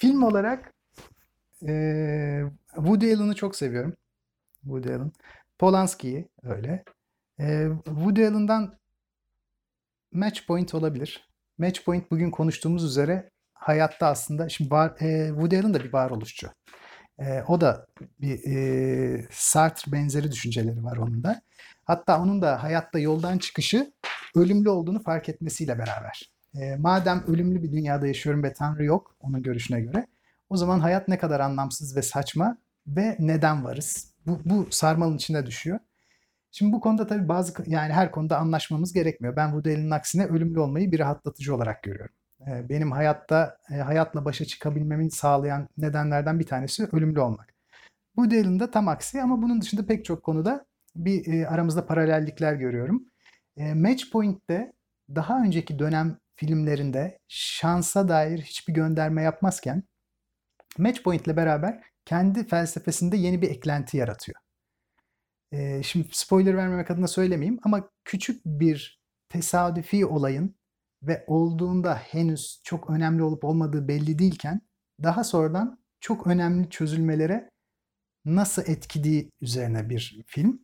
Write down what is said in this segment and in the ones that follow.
Film olarak Woody Allen'ı çok seviyorum. Woody Allen. Polanski'yi öyle. Woody Allen'dan Match Point olabilir. Match Point bugün konuştuğumuz üzere hayatta aslında şimdi Woody Allen da bir varoluşçu. O da bir Sartre benzeri düşünceleri var onun da. Hatta onun da hayatta yoldan çıkışı ölümlü olduğunu fark etmesiyle beraber. Madem ölümlü bir dünyada yaşıyorum ve Tanrı yok onun görüşüne göre, o zaman hayat ne kadar anlamsız ve saçma ve neden varız? Bu sarmalın içine düşüyor. Şimdi bu konuda tabii yani her konuda anlaşmamız gerekmiyor. Ben Woody Allen'ın aksine ölümlü olmayı bir rahatlatıcı olarak görüyorum. Benim hayatla başa çıkabilmemi sağlayan nedenlerden bir tanesi ölümlü olmak. Woody Allen'da tam aksi ama bunun dışında pek çok konuda aramızda paralellikler görüyorum. Match Point'te daha önceki dönem filmlerinde şansa dair hiçbir gönderme yapmazken Match Point'le beraber kendi felsefesinde yeni bir eklenti yaratıyor. Şimdi spoiler vermemek adına söylemeyeyim ama küçük bir tesadüfi olayın ve olduğunda henüz çok önemli olup olmadığı belli değilken daha sonradan çok önemli çözülmelere nasıl etkilediği üzerine bir film.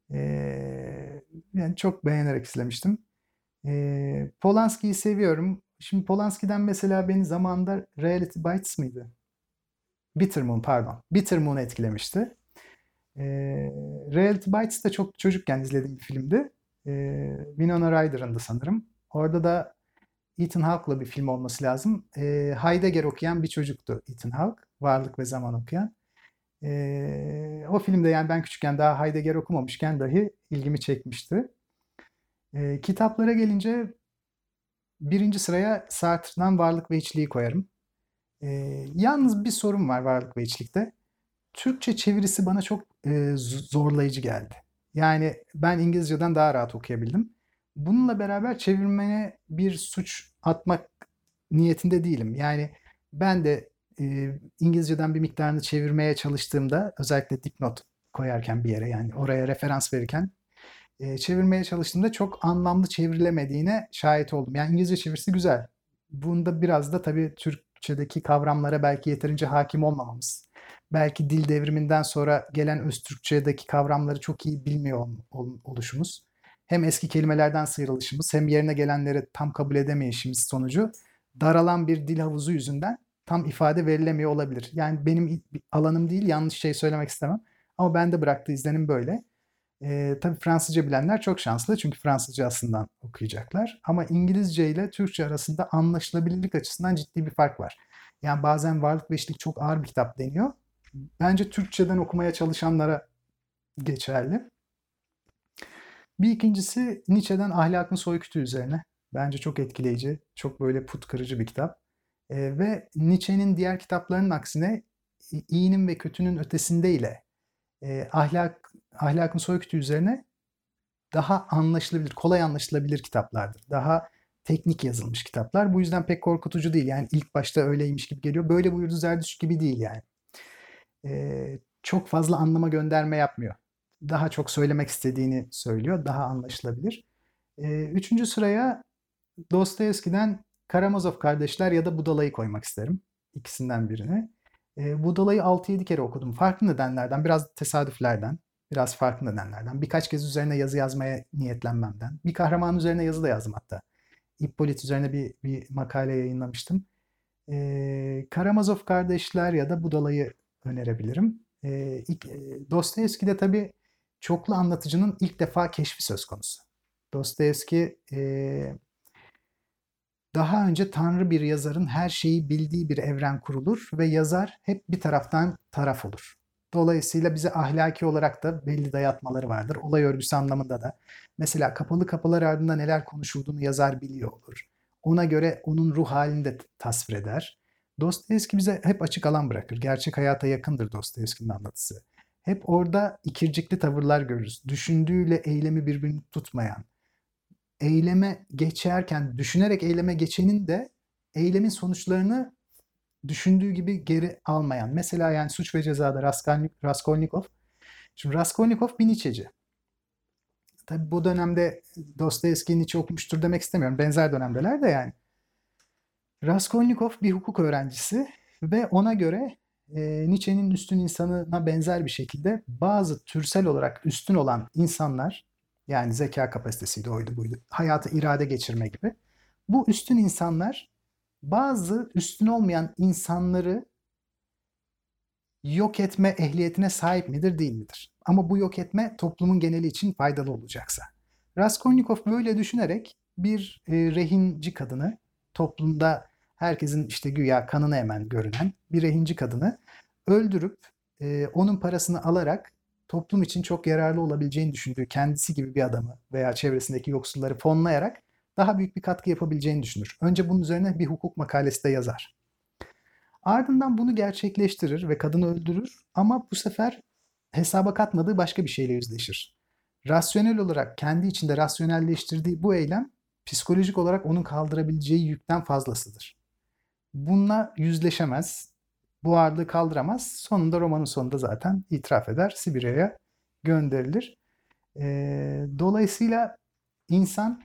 Yani çok beğenerek izlemiştim. Polanski'yi seviyorum. Şimdi Polanski'den mesela beni zamanında Reality Bites mıydı? Bitter Moon pardon. Bitter Moon etkilemişti. Reality Bites de çok çocukken izlediğim bir filmdi. Winona Ryder'ındı sanırım. Orada da Ethan Hawke'la bir film olması lazım. Heidegger okuyan bir çocuktu Ethan Hawke. Varlık ve Zaman okuyan. O filmde yani ben küçükken daha Heidegger okumamışken dahi ilgimi çekmişti. Kitaplara gelince birinci sıraya Sartre'dan Varlık ve Hiçliği koyarım. Yalnız bir sorun var Varlık ve Hiçlik'te. Türkçe çevirisi bana çok zorlayıcı geldi. Yani ben İngilizceden daha rahat okuyabildim. Bununla beraber çevirmene bir suç atmak niyetinde değilim. Yani ben de İngilizceden bir miktarını çevirmeye çalıştığımda özellikle dipnot koyarken bir yere yani oraya referans verirken çevirmeye çalıştığımda çok anlamlı çevrilemediğine şahit oldum. Yani İngilizce çevirisi güzel. Bunda biraz da tabii Türkçedeki kavramlara belki yeterince hakim olmamamız. Belki dil devriminden sonra gelen Öztürkçedeki kavramları çok iyi bilmiyor oluşumuz. Hem eski kelimelerden sıyrılışımız hem yerine gelenleri tam kabul edemeyişimiz sonucu daralan bir dil havuzu yüzünden tam ifade verilemiyor olabilir. Yani benim alanım değil, yanlış şey söylemek istemem. Ama bende bıraktığı izlenim böyle. Tabii Fransızca bilenler çok şanslı çünkü Fransızca aslında okuyacaklar. Ama İngilizce ile Türkçe arasında anlaşılabilirlik açısından ciddi bir fark var. Yani bazen Varlık ve İşlik çok ağır bir kitap deniyor. Bence Türkçeden okumaya çalışanlara geçerli. Bir ikincisi Nietzsche'den Ahlakın Soykütü üzerine. Bence çok etkileyici, çok böyle put kırıcı bir kitap. Ve Nietzsche'nin diğer kitaplarının aksine iyinin ve kötünün ötesinde ile ahlakın soykütü üzerine daha anlaşılabilir, kolay anlaşılabilir kitaplardır. Daha teknik yazılmış kitaplar. Bu yüzden pek korkutucu değil. Yani ilk başta öyleymiş gibi geliyor. Böyle buyurdu Zerdüşt gibi değil yani. Çok fazla anlama gönderme yapmıyor. Daha çok söylemek istediğini söylüyor. Daha anlaşılabilir. Üçüncü sıraya Dostoyevski'den Karamazov Kardeşler ya da Budala'yı koymak isterim. İkisinden birini. Budala'yı 6-7 kere okudum. Farklı nedenlerden, biraz tesadüflerden, biraz farklı nedenlerden. Birkaç kez üzerine yazı yazmaya niyetlenmemden. Bir kahraman üzerine yazı da yazdım hatta. İppolit üzerine bir makale yayınlamıştım. Karamazov Kardeşler ya da Budala'yı önerebilirim. Dostoyevski'de tabii çoklu anlatıcının ilk defa keşfi söz konusu. Dostoyevski daha önce tanrı bir yazarın her şeyi bildiği bir evren kurulur ve yazar hep bir taraftan taraf olur. Dolayısıyla bize ahlaki olarak da belli dayatmaları vardır. Olay örgüsü anlamında da. Mesela kapalı kapılar ardında neler konuşulduğunu yazar biliyor olur. Ona göre onun ruh halini de tasvir eder. Dostoyevski bize hep açık alan bırakır. Gerçek hayata yakındır Dostoyevski'nin anlatısı. Hep orada ikircikli tavırlar görürüz. Düşündüğüyle eylemi birbirini tutmayan, eyleme geçerken düşünerek eyleme geçenin de eylemin sonuçlarını düşündüğü gibi geri almayan. Mesela yani Suç ve Ceza'da Raskolnikov. Şimdi Raskolnikov bir Nietzscheci. Tabi bu dönemde Dostoyevski Nietzsche okumuştur demek istemiyorum. Benzer dönemdeler de yani. Raskolnikov bir hukuk öğrencisi Ve ona göre Nietzsche'nin üstün insanına benzer bir şekilde bazı türsel olarak üstün olan insanlar, yani zeka kapasitesiydi, oydu buydu, hayata irade geçirme gibi. Bu üstün insanlar bazı üstün olmayan insanları yok etme ehliyetine sahip midir, değil midir? Ama bu yok etme toplumun geneli için faydalı olacaksa. Raskolnikov böyle düşünerek bir rehinci kadını, toplumda herkesin işte güya kanını emen görünen bir rehinci kadını öldürüp onun parasını alarak toplum için çok yararlı olabileceğini düşündüğü kendisi gibi bir adamı veya çevresindeki yoksulları fonlayarak daha büyük bir katkı yapabileceğini düşünür. Önce bunun üzerine bir hukuk makalesi de yazar. Ardından bunu gerçekleştirir ve kadını öldürür ama bu sefer hesaba katmadığı başka bir şeyle yüzleşir. Rasyonel olarak kendi içinde rasyonelleştirdiği bu eylem psikolojik olarak onun kaldırabileceği yükten fazlasıdır. Bununla yüzleşemez, bu ağırlığı kaldıramaz. Sonunda romanın sonunda zaten itiraf eder, Sibirya'ya gönderilir. Dolayısıyla insan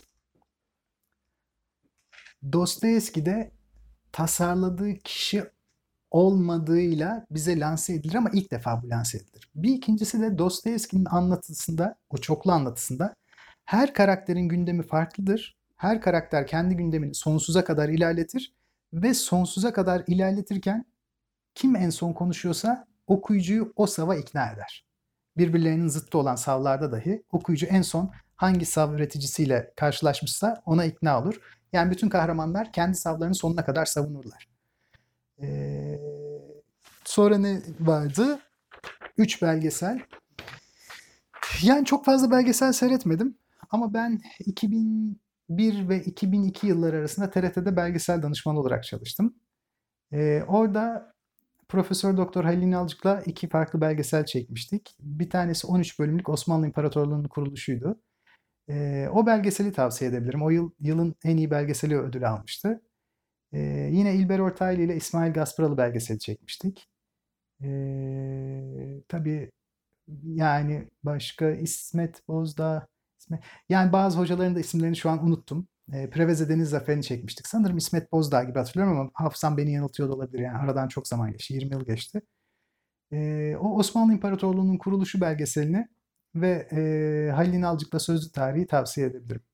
Dostoyevski'de tasarladığı kişi olmadığıyla bize lanse edilir ama ilk defa bu lanse edilir. Bir ikincisi de Dostoyevski'nin anlatısında, o çoklu anlatısında her karakterin gündemi farklıdır. Her karakter kendi gündemini sonsuza kadar ilerletir ve sonsuza kadar ilerletirken kim en son konuşuyorsa okuyucuyu o sava ikna eder. Birbirlerinin zıttı olan savlarda dahi okuyucu en son hangi sav üreticisiyle karşılaşmışsa ona ikna olur. Yani bütün kahramanlar kendi savlarını sonuna kadar savunurlar. Ee, Sonra ne vardı? 3 belgesel. Yani çok fazla belgesel seyretmedim. Ama ben 2001 ve 2002 yılları arasında TRT'de belgesel danışmanı olarak çalıştım. Orada Profesör Doktor Halil İnalcık'la 2 farklı belgesel çekmiştik. Bir tanesi 13 bölümlük Osmanlı İmparatorluğu'nun kuruluşuydu. O belgeseli tavsiye edebilirim. O yılın en iyi belgeseli ödülü almıştı. Yine İlber Ortaylı ile İsmail Gasparalı belgeseli çekmiştik. Tabii yani başka İsmet Bozdağ, yani bazı hocaların da isimlerini şu an unuttum. Preveze Deniz Zaferi'ni çekmiştik. Sanırım İsmet Bozdağ gibi hatırlıyorum ama hafızam beni yanıltıyor da olabilir. Yani aradan çok zaman geçti. 20 yıl geçti. O Osmanlı İmparatorluğu'nun kuruluşu belgeselini ve Halil İnalcık'la Sözlü Tarihi tavsiye edebilirim.